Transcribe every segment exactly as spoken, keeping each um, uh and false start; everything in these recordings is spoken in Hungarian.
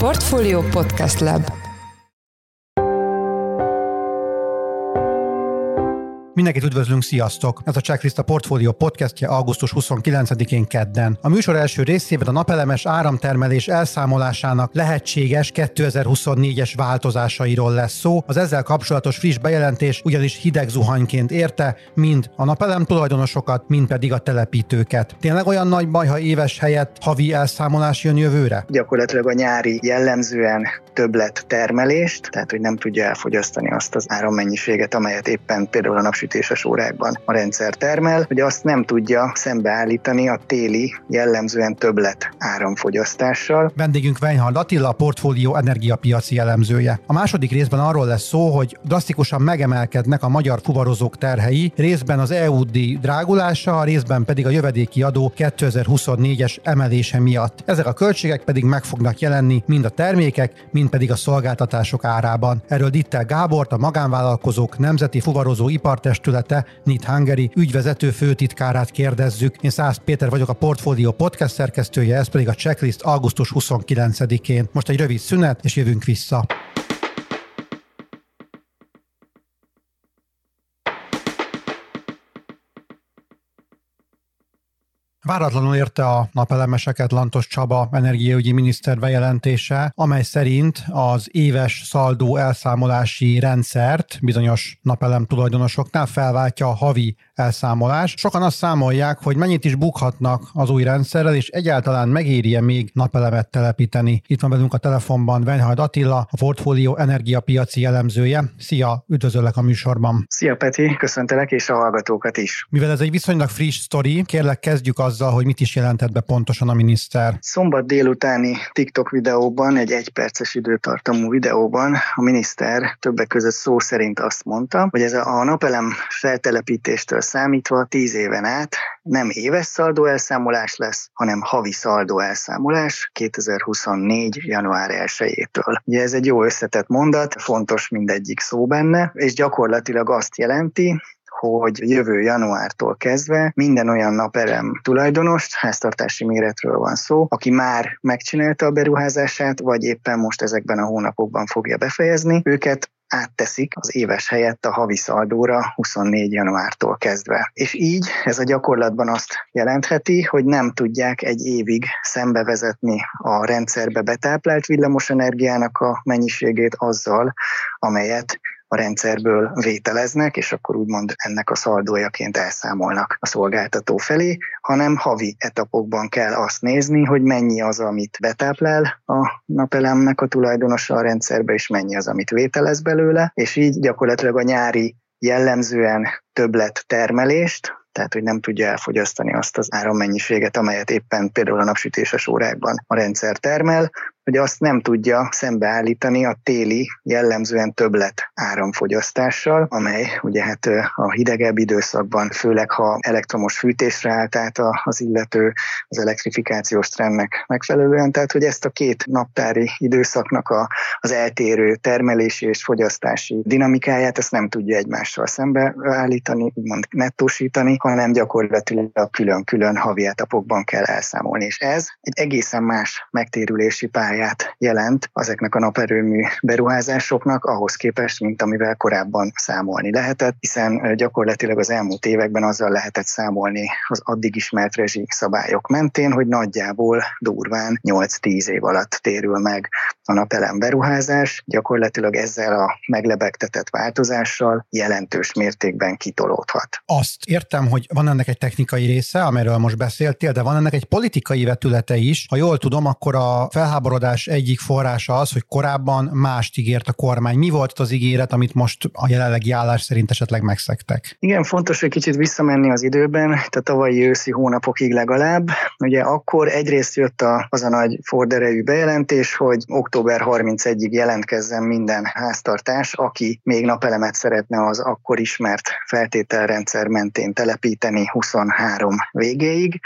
Portfolio Podcast Lab. Mindenkit üdvözlünk, sziasztok! Ez a Checklist a Portfolio podcastje augusztus huszonkilencedikén kedden. A műsor első részében a napelemes áramtermelés elszámolásának lehetséges kétezer-huszonnégyes változásairól lesz szó. Az ezzel kapcsolatos friss bejelentés ugyanis hideg zuhanyként érte mind a napelem tulajdonosokat, mind pedig a telepítőket. Tényleg olyan nagy baj, ha éves helyett havi elszámolás jön jövőre? Gyakorlatilag a nyári jellemzően többlet termelést, tehát hogy nem tudja elfogyasztani azt az árammennyiséget, amelyet éppen például a napsütéses órákban a rendszer termel, hogy azt nem tudja szembeállítani a téli jellemzően többlet áramfogyasztással. Vendégünk Weinhard Attila, a Portfolio energiapiaci elemzője. A második részben arról lesz szó, hogy drasztikusan megemelkednek a magyar fuvarozók terhei, részben az é u díj drágulása, részben pedig a jövedéki adó kétezer-huszonnégyes emelése miatt. Ezek a költségek pedig meg fognak jelenni mind a termékek, mind pedig a szolgáltatások árában. Erről Dittel Gábort, a Magánvállalkozók Nemzeti Fuvarozó Ipartestülete Knit Hungary ügyvezető főtitkárát kérdezzük. Én Szász Péter vagyok, a Portfolio podcast szerkesztője, ez pedig a Checklist augusztus huszonkilencedikén. Most egy rövid szünet, és jövünk vissza. Váratlanul érte a napelemeseket Lantos Csaba energiaügyi miniszter bejelentése, amely szerint az éves szaldó elszámolási rendszert bizonyos napelem tulajdonosoknál felváltja a havi elszámolás. Sokan azt számolják, hogy mennyit is bukhatnak az új rendszerrel, és egyáltalán megéri-e még napelemet telepíteni. Itt van velünk a telefonban Weinhard Attila, a Portfolio energiapiaci elemzője. Szia, üdvözöllek a műsorban. Szia Peti, köszöntelek, és a hallgatókat is. Mivel ez egy viszonylag friss sztori, kérlek kezdjük azzal, hogy mit is jelentett be pontosan a miniszter. Szombat délutáni TikTok videóban, egy egyperces időtartamú videóban a miniszter többek között szó szerint azt mondta, hogy ez a napelem feltelepítéstől számítva tíz éven át nem éves szaldó elszámolás lesz, hanem havi szaldó elszámolás kétezer-huszonnégy. január elsejétől. Ugye ez egy jó összetett mondat, fontos mindegyik szó benne, és gyakorlatilag azt jelenti, hogy jövő januártól kezdve minden olyan napelem tulajdonost, háztartási méretről van szó, aki már megcsinálta a beruházását, vagy éppen most ezekben a hónapokban fogja befejezni, őket átteszik az éves helyett a havi szaldóra huszonnégy januártól kezdve. És így ez a gyakorlatban azt jelentheti, hogy nem tudják egy évig szembevezetni a rendszerbe betáplált villamosenergiának a mennyiségét azzal, amelyet a rendszerből vételeznek, és akkor úgymond ennek a szaldójaként elszámolnak a szolgáltató felé, hanem havi etapokban kell azt nézni, hogy mennyi az, amit betáplál a napelemnek a tulajdonosa a rendszerbe, és mennyi az, amit vételez belőle, és így gyakorlatilag a nyári jellemzően többlet termelést, tehát hogy nem tudja elfogyasztani azt az árammennyiséget, amelyet éppen például a napsütéses órákban a rendszer termel, hogy azt nem tudja szembeállítani a téli jellemzően többlet áramfogyasztással, amely ugye hát a hidegebb időszakban, főleg ha elektromos fűtésre állt át az illető az elektrifikációs trendnek megfelelően, tehát hogy ezt a két naptári időszaknak a, az eltérő termelési és fogyasztási dinamikáját, ezt nem tudja egymással szembeállítani, úgymond nettósítani, hanem gyakorlatilag külön-külön havi etapokban kell elszámolni. És ez egy egészen más megtérülési pályát jelent ezeknek a naperőmű beruházásoknak ahhoz képest, mint amivel korábban számolni lehetett, hiszen gyakorlatilag az elmúlt években azzal lehetett számolni az addig ismert rezsi szabályok mentén, hogy nagyjából durván nyolc-tíz év alatt térül meg a napelem beruházás, gyakorlatilag ezzel a meglebegtetett változással jelentős mértékben kitolódhat. Azt értem, hogy van ennek egy technikai része, amiről most beszéltél, de van ennek egy politikai vetülete is. Ha jól tudom, akkor a felháborodás egyik forrása az, hogy korábban mást ígért a kormány. Mi volt az ígéret, amit most a jelenlegi állás szerint esetleg megszegtek? Igen, fontos, hogy kicsit visszamenni az időben, tehát tavalyi őszi hónapokig legalább. Ugye akkor egyrészt jött a, az a nagy forderejű bejelentés, hogy október harmincegyedikéig jelentkezzen minden háztartás, aki még napelemet szeretne az akkor ismert feltételrendszer mentén telepíteni huszonhárom végéig.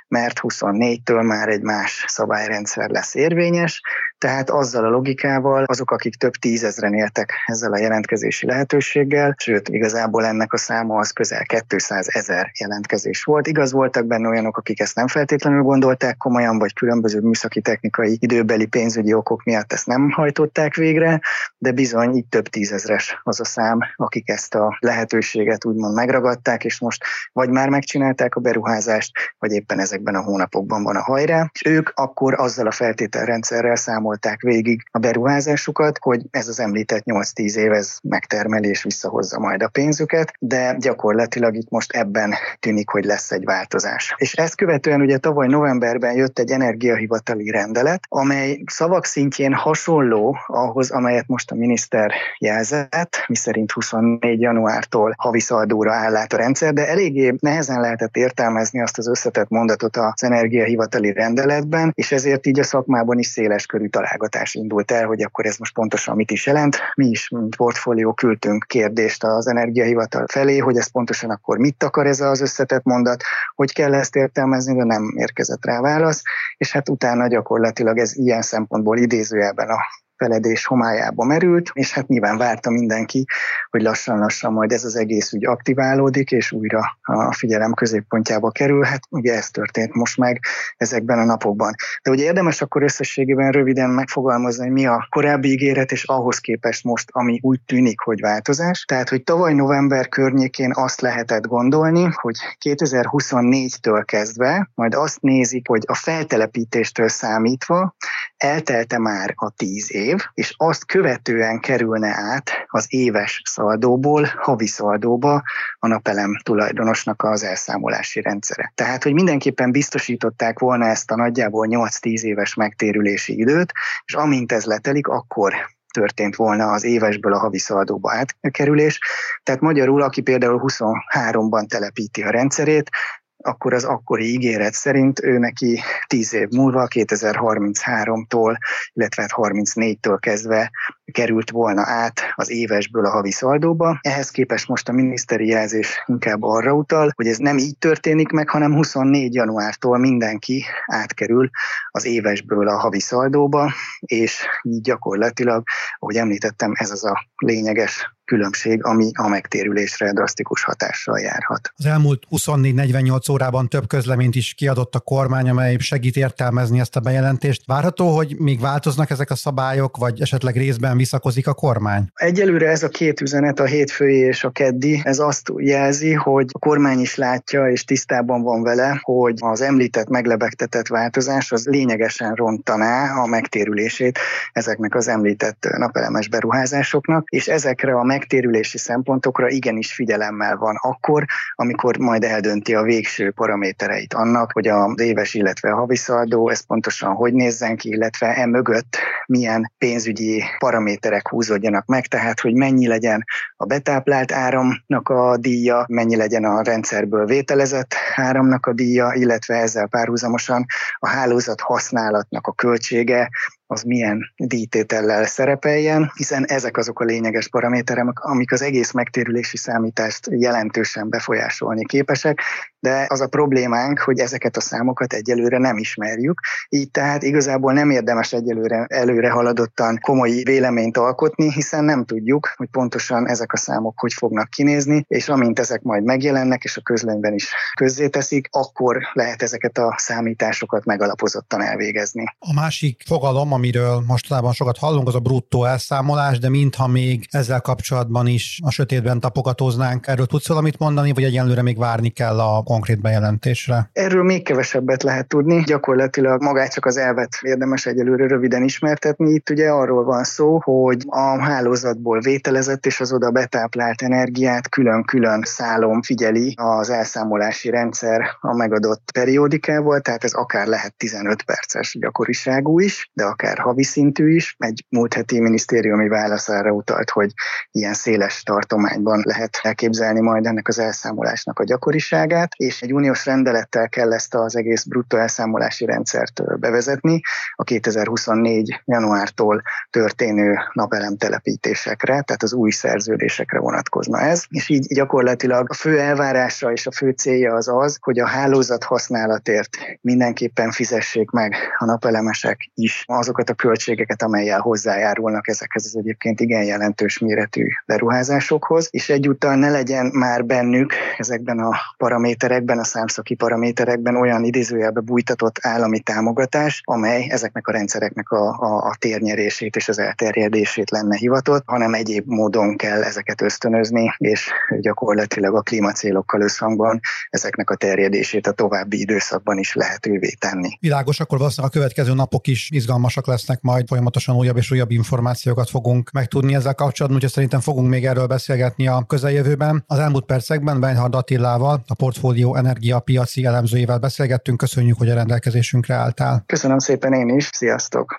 mert huszonnégytől már egy más szabályrendszer lesz érvényes, tehát azzal a logikával azok, akik több tízezren éltek ezzel a jelentkezési lehetőséggel, sőt, igazából ennek a száma az közel kétszázezer jelentkezés volt. Igaz, voltak benne olyanok, akik ezt nem feltétlenül gondolták komolyan, vagy különböző műszaki, technikai, időbeli, pénzügyi okok miatt ezt nem hajtották végre, de bizony itt több tízezres az a szám, akik ezt a lehetőséget úgymond megragadták, és most vagy már megcsinálták a beruházást, vagy éppen ezekben a hónapokban van a hajrá, és ők akkor azzal a feltételrendszerrel számolták végig a beruházásukat, hogy ez az említett nyolc-tíz év ez megtermeli és visszahozza majd a pénzüket, de gyakorlatilag itt most ebben tűnik, hogy lesz egy változás. És ezt követően ugye tavaly novemberben jött egy energiahivatali rendelet, amely szavak szintjén hasonló ahhoz, amelyet most a miniszter jelzett, miszerint huszonnégy januártól havi szaldóra áll át a rendszer, de eléggé nehezen lehetett értelmezni azt az összetett mondatot az energiahivatali rendeletben, és ezért így a szakmában is széles körű találgatás indult el, hogy akkor ez most pontosan mit is jelent. Mi is, mint portfólió küldtünk kérdést az energiahivatal felé, hogy ez pontosan akkor mit akar ez az összetett mondat, hogy kell ezt értelmezni, de nem érkezett rá válasz, és hát utána gyakorlatilag ez ilyen szempontból idézőjelben a feledés homályába merült, és hát nyilván várta mindenki, hogy lassan-lassan majd ez az egész ügy aktiválódik, és újra a figyelem középpontjába kerül. Hát ugye ez történt most meg ezekben a napokban. De ugye érdemes akkor összességében röviden megfogalmazni, hogy mi a korábbi ígéret, és ahhoz képest most, ami úgy tűnik, hogy változás. Tehát, hogy tavaly november környékén azt lehetett gondolni, hogy kétezer-huszonnégytől kezdve majd azt nézik, hogy a feltelepítéstől számítva eltelte már a tíz év, és azt követően kerülne át az éves szaldóból havi szaldóba a napelem tulajdonosnak az elszámolási rendszere. Tehát, hogy mindenképpen biztosították volna ezt a nagyjából nyolc-tíz éves megtérülési időt, és amint ez letelik, akkor történt volna az évesből a havi szaldóba átkerülés. Tehát magyarul, aki például huszonháromban telepíti a rendszerét, akkor az akkori ígéret szerint ő neki tíz év múlva, kétezer-harmincháromtól, illetve harmincnégytől kezdve került volna át az évesből a havi szaldóba. Ehhez képest most a miniszteri jelzés inkább arra utal, hogy ez nem így történik meg, hanem huszonnégy januártól mindenki átkerül az évesből a havi szaldóba, és így gyakorlatilag, ahogy említettem, ez az a lényeges különbség, ami a megtérülésre drasztikus hatással járhat. Az elmúlt huszonnégy-negyvennyolc órában több közleményt is kiadott a kormány, amely segít értelmezni ezt a bejelentést. Várható, hogy még változnak ezek a szabályok, vagy esetleg részben visszakozik a kormány? Egyelőre ez a két üzenet, a hétfői és a keddi, ez azt jelzi, hogy a kormány is látja és tisztában van vele, hogy az említett meglebegtetett változás az lényegesen rontaná a megtérülését ezeknek az említett napelemes beruházásoknak, és ezekre a megtérülési szempontokra igenis figyelemmel van akkor, amikor majd eldönti a végső paramétereit annak, hogy az éves, illetve a havi szaldó, ez pontosan hogy nézzen ki, illetve emögött milyen pénzügyi paraméterek húzódjanak meg, tehát hogy mennyi legyen a betáplált áramnak a díja, mennyi legyen a rendszerből vételezett áramnak a díja, illetve ezzel párhuzamosan a hálózat használatnak a költsége, az milyen díjtétellel szerepeljen, hiszen ezek azok a lényeges paraméterek, amik az egész megtérülési számítást jelentősen befolyásolni képesek, de az a problémánk, hogy ezeket a számokat egyelőre nem ismerjük, így tehát igazából nem érdemes egyelőre előre haladottan komoly véleményt alkotni, hiszen nem tudjuk, hogy pontosan ezek a számok hogy fognak kinézni, és amint ezek majd megjelennek, és a közlönyben is közzéteszik, akkor lehet ezeket a számításokat megalapozottan elvégezni. A másik fogalom, amiről mostanában sokat hallunk, az a bruttó elszámolás, de mintha még ezzel kapcsolatban is a sötétben tapogatóznánk. Erről tudsz valamit mondani, vagy egyenlőre még várni kell a konkrét bejelentésre? Erről még kevesebbet lehet tudni. Gyakorlatilag magát csak az elvet érdemes egyelőre röviden ismertetni. Itt ugye arról van szó, hogy a hálózatból vételezett és az oda betáplált energiát külön-külön szálon figyeli az elszámolási rendszer a megadott periódikával, tehát ez akár lehet tizenöt perces gyakoriságú is, de akár akár havi szintű is. Egy múlt heti minisztériumi válasz arra utalt, hogy ilyen széles tartományban lehet elképzelni majd ennek az elszámolásnak a gyakoriságát, és egy uniós rendelettel kell ezt az egész bruttó elszámolási rendszert bevezetni a kétezer-huszonnégy januártól történő napelemtelepítésekre, tehát az új szerződésekre vonatkozna ez, és így gyakorlatilag a fő elvárása és a fő célja az az, hogy a hálózat használatért mindenképpen fizessék meg a napelemesek is azokat a költségeket, amellyel hozzájárulnak ezekhez az egyébként igen jelentős méretű beruházásokhoz, és egyúttal ne legyen már bennük ezekben a paraméterekben, a számszaki paraméterekben olyan idézőjelbe bújtatott állami támogatás, amely ezeknek a rendszereknek a, a, a térnyerését és az elterjedését lenne hivatott, hanem egyéb módon kell ezeket ösztönözni, és gyakorlatilag a klímacélokkal összhangban ezeknek a terjedését a további időszakban is lehetővé tenni. Világos, akkor valószínűleg a következő napok is izgalmasak lesznek, majd folyamatosan újabb és újabb információkat fogunk megtudni ezzel kapcsolatban, úgyhogy szerintem fogunk még erről beszélgetni a közeljövőben. Az elmúlt percekben Weinhard Attilával, a Portfólió energiapiaci elemzőjével beszélgettünk. Köszönjük, hogy a rendelkezésünkre álltál. Köszönöm szépen én is, sziasztok!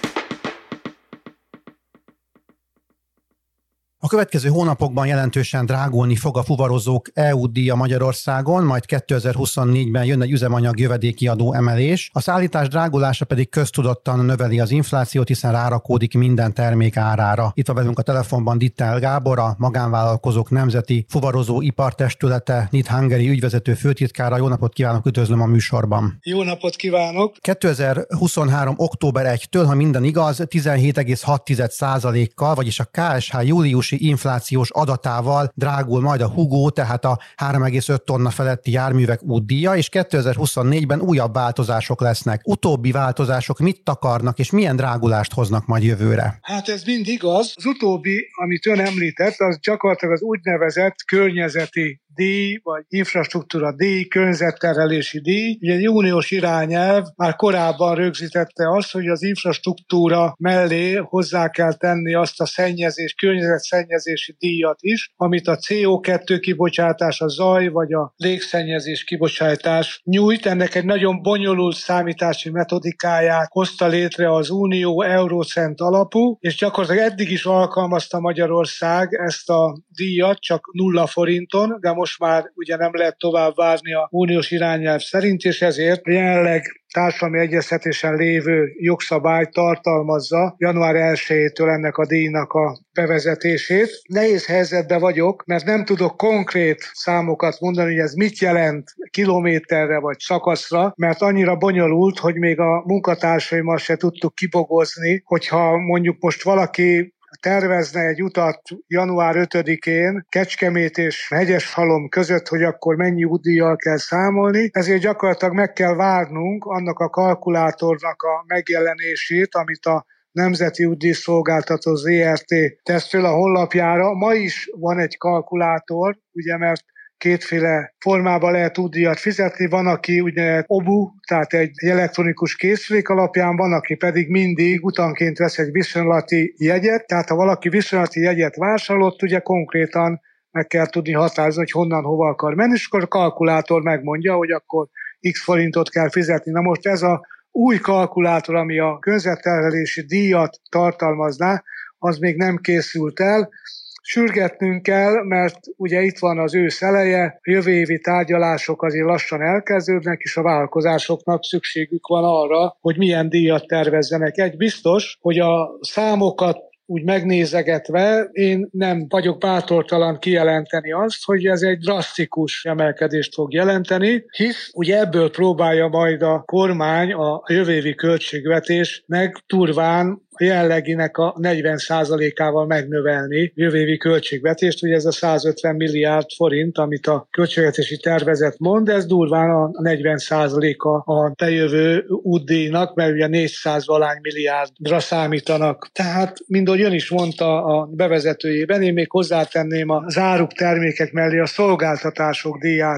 A következő hónapokban jelentősen drágulni fog a fuvarozók é u díja Magyarországon, majd kétezer-huszonnégyben jön egy üzemanyag jövedéki adó emelés. A szállítás drágulása pedig köztudottan növeli az inflációt, hiszen rárakódik minden termék árára. Itt van velünk a telefonban Dittel Gábor, a Magánvállalkozók Nemzeti Fuvarozó Ipartestülete Knit Hungary ügyvezető főtitkára. Jó napot kívánok, üdvözlöm a műsorban. Jó napot kívánok! kétezer-huszonhárom október elsejétől, ha minden igaz, tizenhét egész hat százalékkal, vagyis a ká es há júliusi inflációs adatával drágul majd a Hugo, tehát a három egész öt tonna feletti járművek útdíja, és kétezer-huszonnégyben újabb változások lesznek. Utóbbi változások mit takarnak, és milyen drágulást hoznak majd jövőre? Hát ez mind igaz. Az utóbbi, amit ön említett, az gyakorlatilag az úgynevezett környezeti díj, vagy infrastruktúra díj, környezetterhelési díj. Ugye egy uniós irányelv már korábban rögzítette azt, hogy az infrastruktúra mellé hozzá kell tenni azt a szennyezés, környezetszennyezési díjat is, amit a cé o kettő kibocsátás, a zaj vagy a légszennyezés kibocsátás nyújt. Ennek egy nagyon bonyolult számítási metodikáját hozta létre az Unió Eurocent alapú, és gyakorlatilag eddig is alkalmazta Magyarország ezt a díjat, csak nulla forinton, de most most már ugye nem lehet tovább várni a uniós irányelv szerint, és ezért jelenleg társadalmi egyeztetésen lévő jogszabály tartalmazza január elsejétől ennek a díjnak a bevezetését. Nehéz helyzetben vagyok, mert nem tudok konkrét számokat mondani, hogy ez mit jelent kilométerre vagy szakaszra, mert annyira bonyolult, hogy még a munkatársaimmal se tudtuk kibogozni, hogyha mondjuk most valaki tervezne egy utat január ötödikén Kecskemét és Hegyeshalom között, hogy akkor mennyi útdíjjal kell számolni, ezért gyakorlatilag meg kell várnunk annak a kalkulátornak a megjelenését, amit a Nemzeti Útdíjszolgáltató zé er té tesz föl a honlapjára. Ma is van egy kalkulátor, ugye, mert kétféle formában lehet útdíjat fizetni, van, aki ugye o bé u, tehát egy elektronikus készülék alapján, van, aki pedig mindig utanként vesz egy viszonylati jegyet, tehát ha valaki viszonylati jegyet vásárolt, ugye konkrétan meg kell tudni határozni, hogy honnan, hova akar menni, és akkor a kalkulátor megmondja, hogy akkor x forintot kell fizetni. Na most ez a új kalkulátor, ami a környezetterhelési díjat tartalmazná, az még nem készült el. Sürgetnünk kell, mert ugye itt van az ősz eleje, jövő évi tárgyalások azért lassan elkezdődnek, és a vállalkozásoknak szükségük van arra, hogy milyen díjat tervezzenek. Egy biztos, hogy a számokat úgy megnézegetve én nem vagyok bátortalan kijelenteni azt, hogy ez egy drasztikus emelkedést fog jelenteni, hisz ugye ebből próbálja majd a kormány a jövő évi költségvetésnek turván a jelenleginek a negyven százalékával megnövelni jövő évi költségvetést, ugye ez a százötven milliárd forint, amit a költségvetési tervezet mond, ez durván a negyven százaléka a bejövő útdíjnak, mert ugye négyszáz valány milliárdra számítanak. Tehát, mind ahogy ön is mondta a bevezetőjében, én még hozzátenném az áruk termékek mellé a szolgáltatások díját is,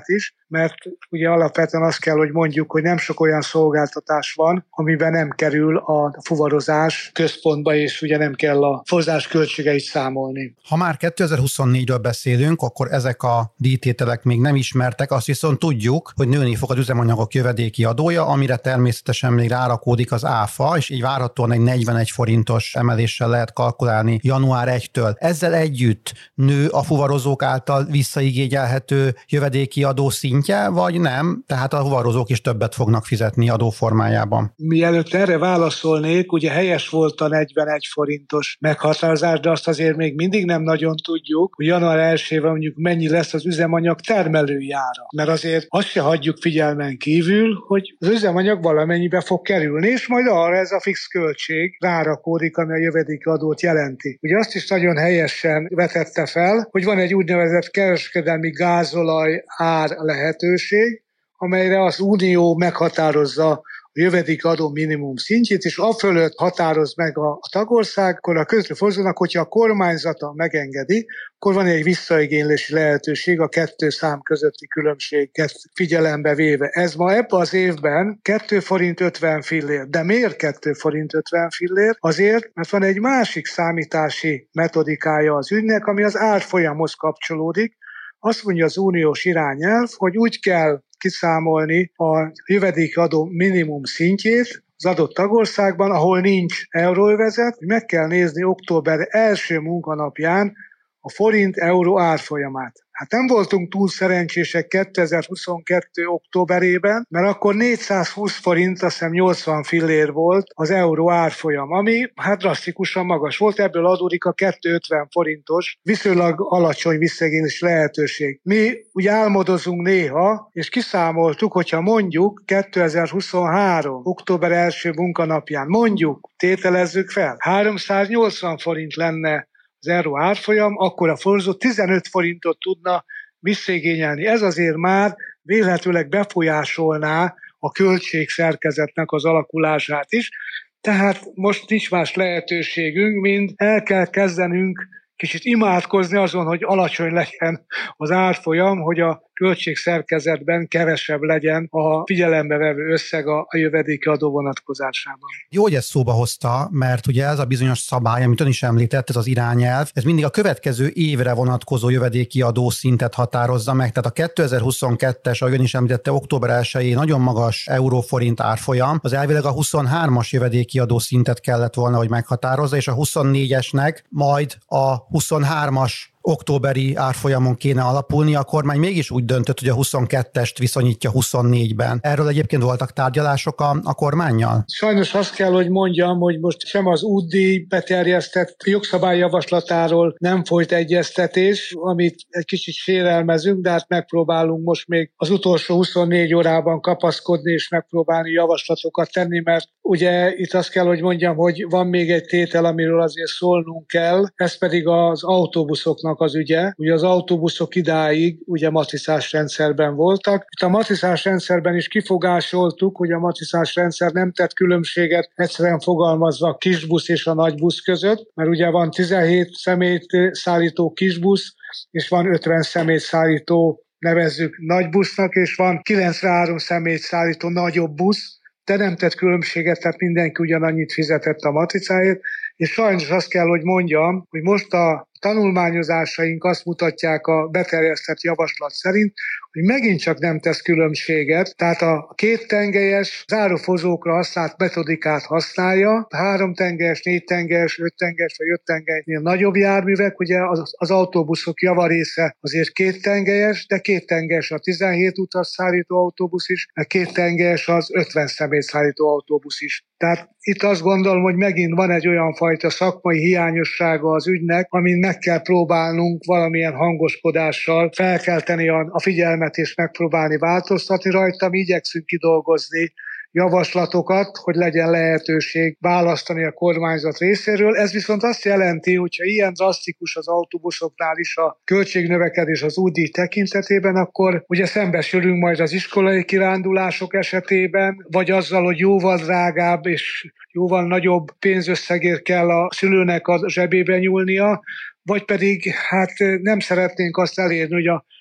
mert ugye alapvetően azt kell, hogy mondjuk, hogy nem sok olyan szolgáltatás van, amiben nem kerül a fuvarozás központba, és ugye nem kell a fuvarozás költségeit számolni. Ha már kétezer-huszonnégyről beszélünk, akkor ezek a díjtételek még nem ismertek, azt viszont tudjuk, hogy nőni fog az üzemanyagok jövedéki adója, amire természetesen még rárakódik az áfa, és így várhatóan egy negyvenegy forintos emeléssel lehet kalkulálni január elsejétől. Ezzel együtt nő a fuvarozók által visszaigényelhető jövedéki adó szintje, vagy nem? Tehát a fuvarozók is többet fognak fizetni adó formájában. Mielőtt erre válaszolnék, ugye helyes volt a negyvenegy forintos meghatározás, de azt azért még mindig nem nagyon tudjuk, hogy január elsejével mondjuk mennyi lesz az üzemanyag termelői ára. Mert azért azt se hagyjuk figyelmen kívül, hogy az üzemanyag valamennyibe fog kerülni, és majd arra ez a fix költség rárakódik, ami a jövedéki adót jelenti. Ugye azt is nagyon helyesen vetette fel, hogy van egy úgynevezett kereskedelmi gázolaj ár lehetőség, amelyre az Unió meghatározza a jövedéki adó minimum szintjét, és afölött határoz meg a tagország, akkor a közvetlenül, hogyha a kormányzata megengedi, akkor van egy visszaigénylési lehetőség a kettő szám közötti különbséget figyelembe véve. Ez ma ebben az évben két forint ötven fillér. De miért két forint ötven fillér? Azért, mert van egy másik számítási metodikája az ügynek, ami az árfolyamhoz kapcsolódik. Azt mondja az uniós irányelv, hogy úgy kell kiszámolni a jövedéki adó minimum szintjét az adott tagországban, ahol nincs euróövezet, hogy meg kell nézni október első munkanapján a forint-euró árfolyamát. Hát nem voltunk túl szerencsések kétezer-huszonkettő októberében, mert akkor négyszázhúsz forint, azt hiszem nyolcvan fillér volt az euró árfolyam, ami hát drasztikusan magas volt, ebből adódik a kétszázötven forintos, viszonylag alacsony visszaigénylési lehetőség. Mi ugye álmodozunk néha, és kiszámoltuk, hogyha mondjuk kétezer-huszonhárom október első munkanapján, mondjuk, tételezzük fel, háromszáznyolcvan forint lenne az euró árfolyam, akkor a forgalmazó tizenöt forintot tudna visszaigényelni. Ez azért már vélhetőleg befolyásolná a költségszerkezetnek az alakulását is. Tehát most nincs más lehetőségünk, mint el kell kezdenünk kicsit imádkozni azon, hogy alacsony legyen az árfolyam, hogy a költségszerkezetben kevesebb legyen a figyelembe vevő összeg a, a jövedéki adó vonatkozásában. Jó, hogy ezt szóba hozta, mert ugye ez a bizonyos szabály, amit ön is említett, ez az irányelv, ez mindig a következő évre vonatkozó jövedéki adó szintet határozza meg. Tehát a kétezer-huszonkettes, ahogy ön is említette, október elsején nagyon magas euróforint árfolyam, az elvileg a huszonhármas jövedéki adó szintet kellett volna, hogy meghatározza, és a huszonnégyesnek majd a huszonhármas októberi árfolyamon kéne alapulni, a kormány mégis úgy döntött, hogy a huszonkettest viszonyítja huszonnégyben. Erről egyébként voltak tárgyalások a, a kormánnyal? Sajnos azt kell, hogy mondjam, hogy most sem az útdíj beterjesztett jogszabályjavaslatáról nem folyt egyeztetés, amit egy kicsit sérelmezünk, de hát megpróbálunk most még az utolsó huszonnégy órában kapaszkodni és megpróbálni javaslatokat tenni, mert ugye itt azt kell, hogy mondjam, hogy van még egy tétel, amiről azért szólnunk kell, ez pedig az autóbuszoknak az ügye. Ugye az autóbuszok idáig ugye matricás rendszerben voltak. Itt a matricás rendszerben is kifogásoltuk, hogy a matricás rendszer nem tett különbséget egyszerűen fogalmazva a kisbusz és a nagybusz között, mert ugye van tizenhét személyt szállító kisbusz, és van ötven személyt szállító, nevezzük nagybusznak, és van kilencvenhárom személyt szállító nagyobb busz, de nem tett különbséget, tehát mindenki ugyanannyit fizetett a matricáért, és sajnos azt kell, hogy mondjam, hogy most a tanulmányozásaink azt mutatják a beterjesztett javaslat szerint, hogy megint csak nem tesz különbséget, tehát a két tengelyes zárofozókra használt metodikát használja, a három tengelyes, négy tengelyes, öt tengelyes vagy öt tengelynél nagyobb járművek, ugye az, az autóbuszok javarésze azért két tengelyes, de két tengelyes a tizenhét utas szállító autóbusz is, meg két tengelyes az ötven személy szállító autóbusz is. Tehát itt azt gondolom, hogy megint van egy olyan fajta szakmai hiányossága az ügynek, amin meg kell próbálnunk valamilyen hangoskodással felkelteni a, a figyelmet és megpróbálni változtatni rajta. Mi igyekszünk kidolgozni javaslatokat, hogy legyen lehetőség választani a kormányzat részéről. Ez viszont azt jelenti, hogyha ilyen drasztikus az autóbuszoknál is a költségnövekedés az útdíj tekintetében, akkor ugye szembesülünk majd az iskolai kirándulások esetében, vagy azzal, hogy jóval drágább és jóval nagyobb pénzösszegért kell a szülőnek a zsebébe nyúlnia, vagy pedig hát nem szeretnénk azt elérni, hogy a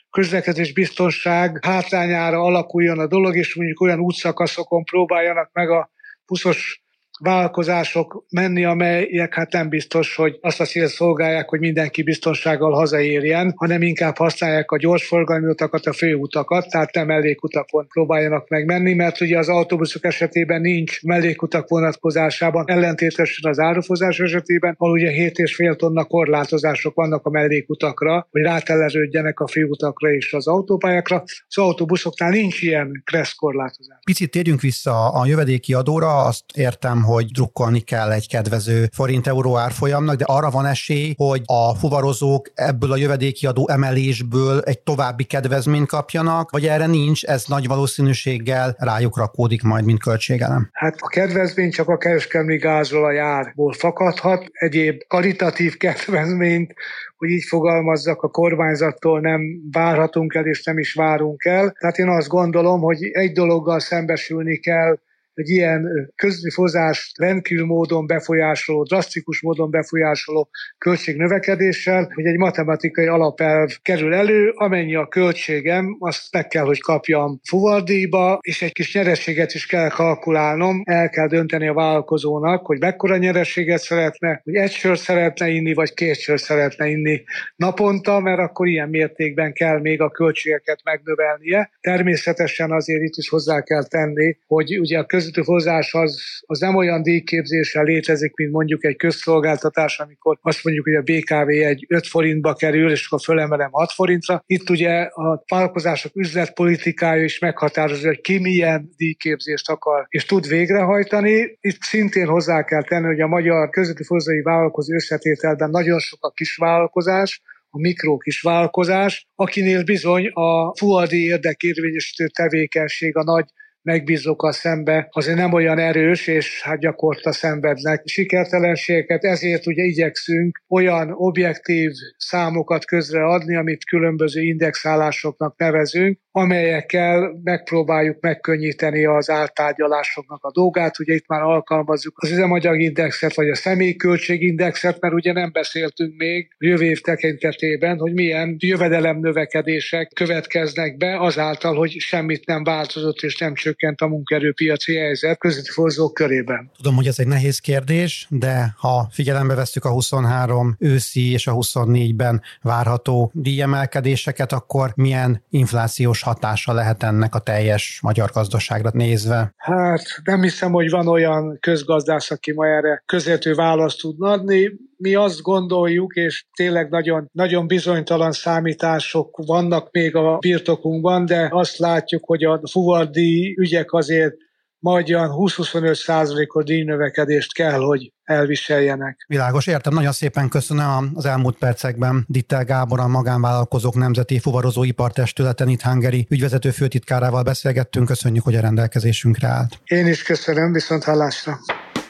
közlekedés biztonság hátrányára alakuljon a dolog, és mondjuk olyan útszakaszokon próbáljanak meg a buszos vállalkozások menni, amelyek hát nem biztos, hogy azt a célt szolgálják, hogy mindenki biztonsággal hazaérjen, hanem inkább használják a gyorsforgalmi utakat, a főutakat, tehát nem mellékutakon próbáljanak meg menni, mert ugye az autóbuszok esetében nincs mellékutak vonatkozásában, ellentétesen az árufozás esetében, ahol ugye hét és fél tonna korlátozások vannak a mellékutakra, hogy ráteleződjenek a főutakra és az autópályákra. Az autóbuszoknál nincs ilyen kressz korlátozás. Picit térjünk vissza a jövedéki adóra, azt értem, hogy drukkolni kell egy kedvező forint-euró árfolyamnak, de arra van esély, hogy a fuvarozók ebből a jövedéki adó emelésből egy további kedvezményt kapjanak, vagy erre nincs, ez nagy valószínűséggel rájuk rakódik majd, mint költségelem? Hát a kedvezmény csak a kereskedelmi gázolajárból fakadhat, egyéb karitatív kedvezményt, hogy így fogalmazzak, a kormányzattól nem várhatunk el, és nem is várunk el. Tehát én azt gondolom, hogy egy dologgal szembesülni kell, egy ilyen közbefozást rendkívül módon befolyásoló, drasztikus módon befolyásoló költségnövekedéssel, hogy egy matematikai alapelv kerül elő, amennyi a költségem, azt meg kell, hogy kapjam fuvardíjba, és egy kis nyerességet is kell kalkulálnom, el kell dönteni a vállalkozónak, hogy mekkora nyerességet szeretne, hogy egy sört szeretne inni, vagy két sört szeretne inni naponta, mert akkor ilyen mértékben kell még a költségeket megnövelnie. Természetesen azért itt is hozzá kell tenni, hogy ugye a köz hozás az, az nem olyan díjképzéssel létezik, mint mondjuk egy közszolgáltatás, amikor azt mondjuk, hogy a bé ká vé egy öt forintba kerül, és akkor fölemelem hat forintra. Itt ugye a vállalkozások üzletpolitikája is meghatározza, hogy ki milyen díjképzést akar és tud végrehajtani. Itt szintén hozzá kell tenni, hogy a magyar közvető hozzái vállalkozó összetételben nagyon sok a kisvállalkozás, a mikro kisvállalkozás, akinél bizony a fuvardi érdekérvényesítő tevékenység, a nagy megbízókkal szembe azért nem olyan erős, és hát gyakorta szenvednek sikertelenségeket, ezért ugye igyekszünk olyan objektív számokat közreadni, amit különböző indexálásoknak nevezünk, amelyekkel megpróbáljuk megkönnyíteni az ártárgyalásoknak a dolgát. Ugye itt már alkalmazzuk az üzemanyagindexet, vagy a személyköltségindexet, mert ugye nem beszéltünk még jövő év tekintetében, hogy milyen jövedelemnövekedések következnek be azáltal, hogy semmit nem változott és nem csökkent a munkaerőpiaci helyzet közötti forzók körében. Tudom, hogy ez egy nehéz kérdés, de ha figyelembe vesszük a huszonhárom őszi és a huszonnégyben várható díjemelkedéseket, akkor milyen inflációs hatása lehet ennek a teljes magyar gazdaságra nézve? Hát nem hiszem, hogy van olyan közgazdász, aki ma erre közvető választ tudna adni. Mi azt gondoljuk, és tényleg nagyon, nagyon bizonytalan számítások vannak még a birtokunkban, de azt látjuk, hogy a fuvardi ügyek azért majd olyan húsz-huszonöt százalékos díjnövekedést kell, hogy elviseljenek. Világos, értem. Nagyon szépen köszönöm az elmúlt percekben Dittel Gábor, a Magánvállalkozók Nemzeti Fuvarozó Ipartestületen itt Hungary ügyvezető főtitkárával beszélgettünk. Köszönjük, hogy a rendelkezésünkre állt. Én is köszönöm, viszont hallásra.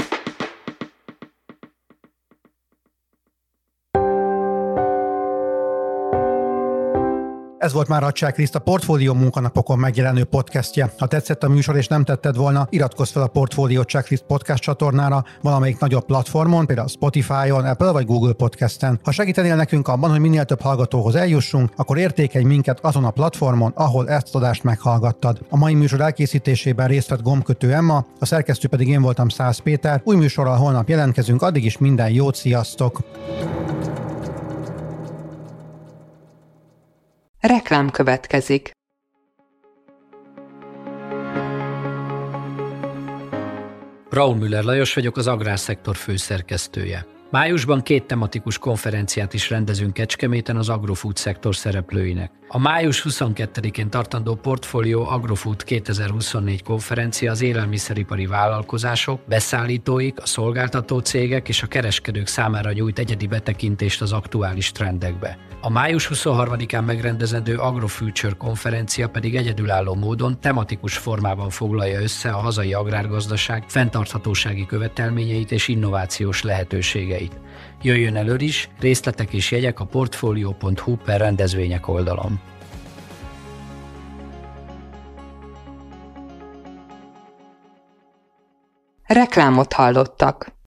Ez volt már a Checklist, a Portfólió munkanapokon megjelenő podcastje. Ha tetszett a műsor és nem tetted volna, iratkozz fel a Portfólió Checklist podcast csatornára valamelyik nagyobb platformon, például Spotify-on, Apple vagy Google Podcasten. Ha segítenél nekünk abban, hogy minél több hallgatóhoz eljussunk, akkor értékelj minket azon a platformon, ahol ezt az adást meghallgattad. A mai műsor elkészítésében részt vett Gombkötő Emma, a szerkesztő pedig én voltam Szász Péter. Új műsorral holnap jelentkezünk, addig is minden jót, sziasztok! Reklám következik. Braun Müller Lajos vagyok, az Agrárszektor főszerkesztője. Májusban két tematikus konferenciát is rendezünk Kecskeméten az agrofood szektor szereplőinek. A május huszonkettedikén tartandó Portfolio Agrofood kétezer-huszonnégy konferencia az élelmiszeripari vállalkozások, beszállítóik, a szolgáltató cégek és a kereskedők számára nyújt egyedi betekintést az aktuális trendekbe. A május huszonharmadikán megrendezendő AgroFuture konferencia pedig egyedülálló módon tematikus formában foglalja össze a hazai agrárgazdaság fenntarthatósági követelményeit és innovációs lehetőségeit. Jöjjön elő is, részletek és jegyek a portfolio pont hu per rendezvények oldalon. Reklámot hallottak.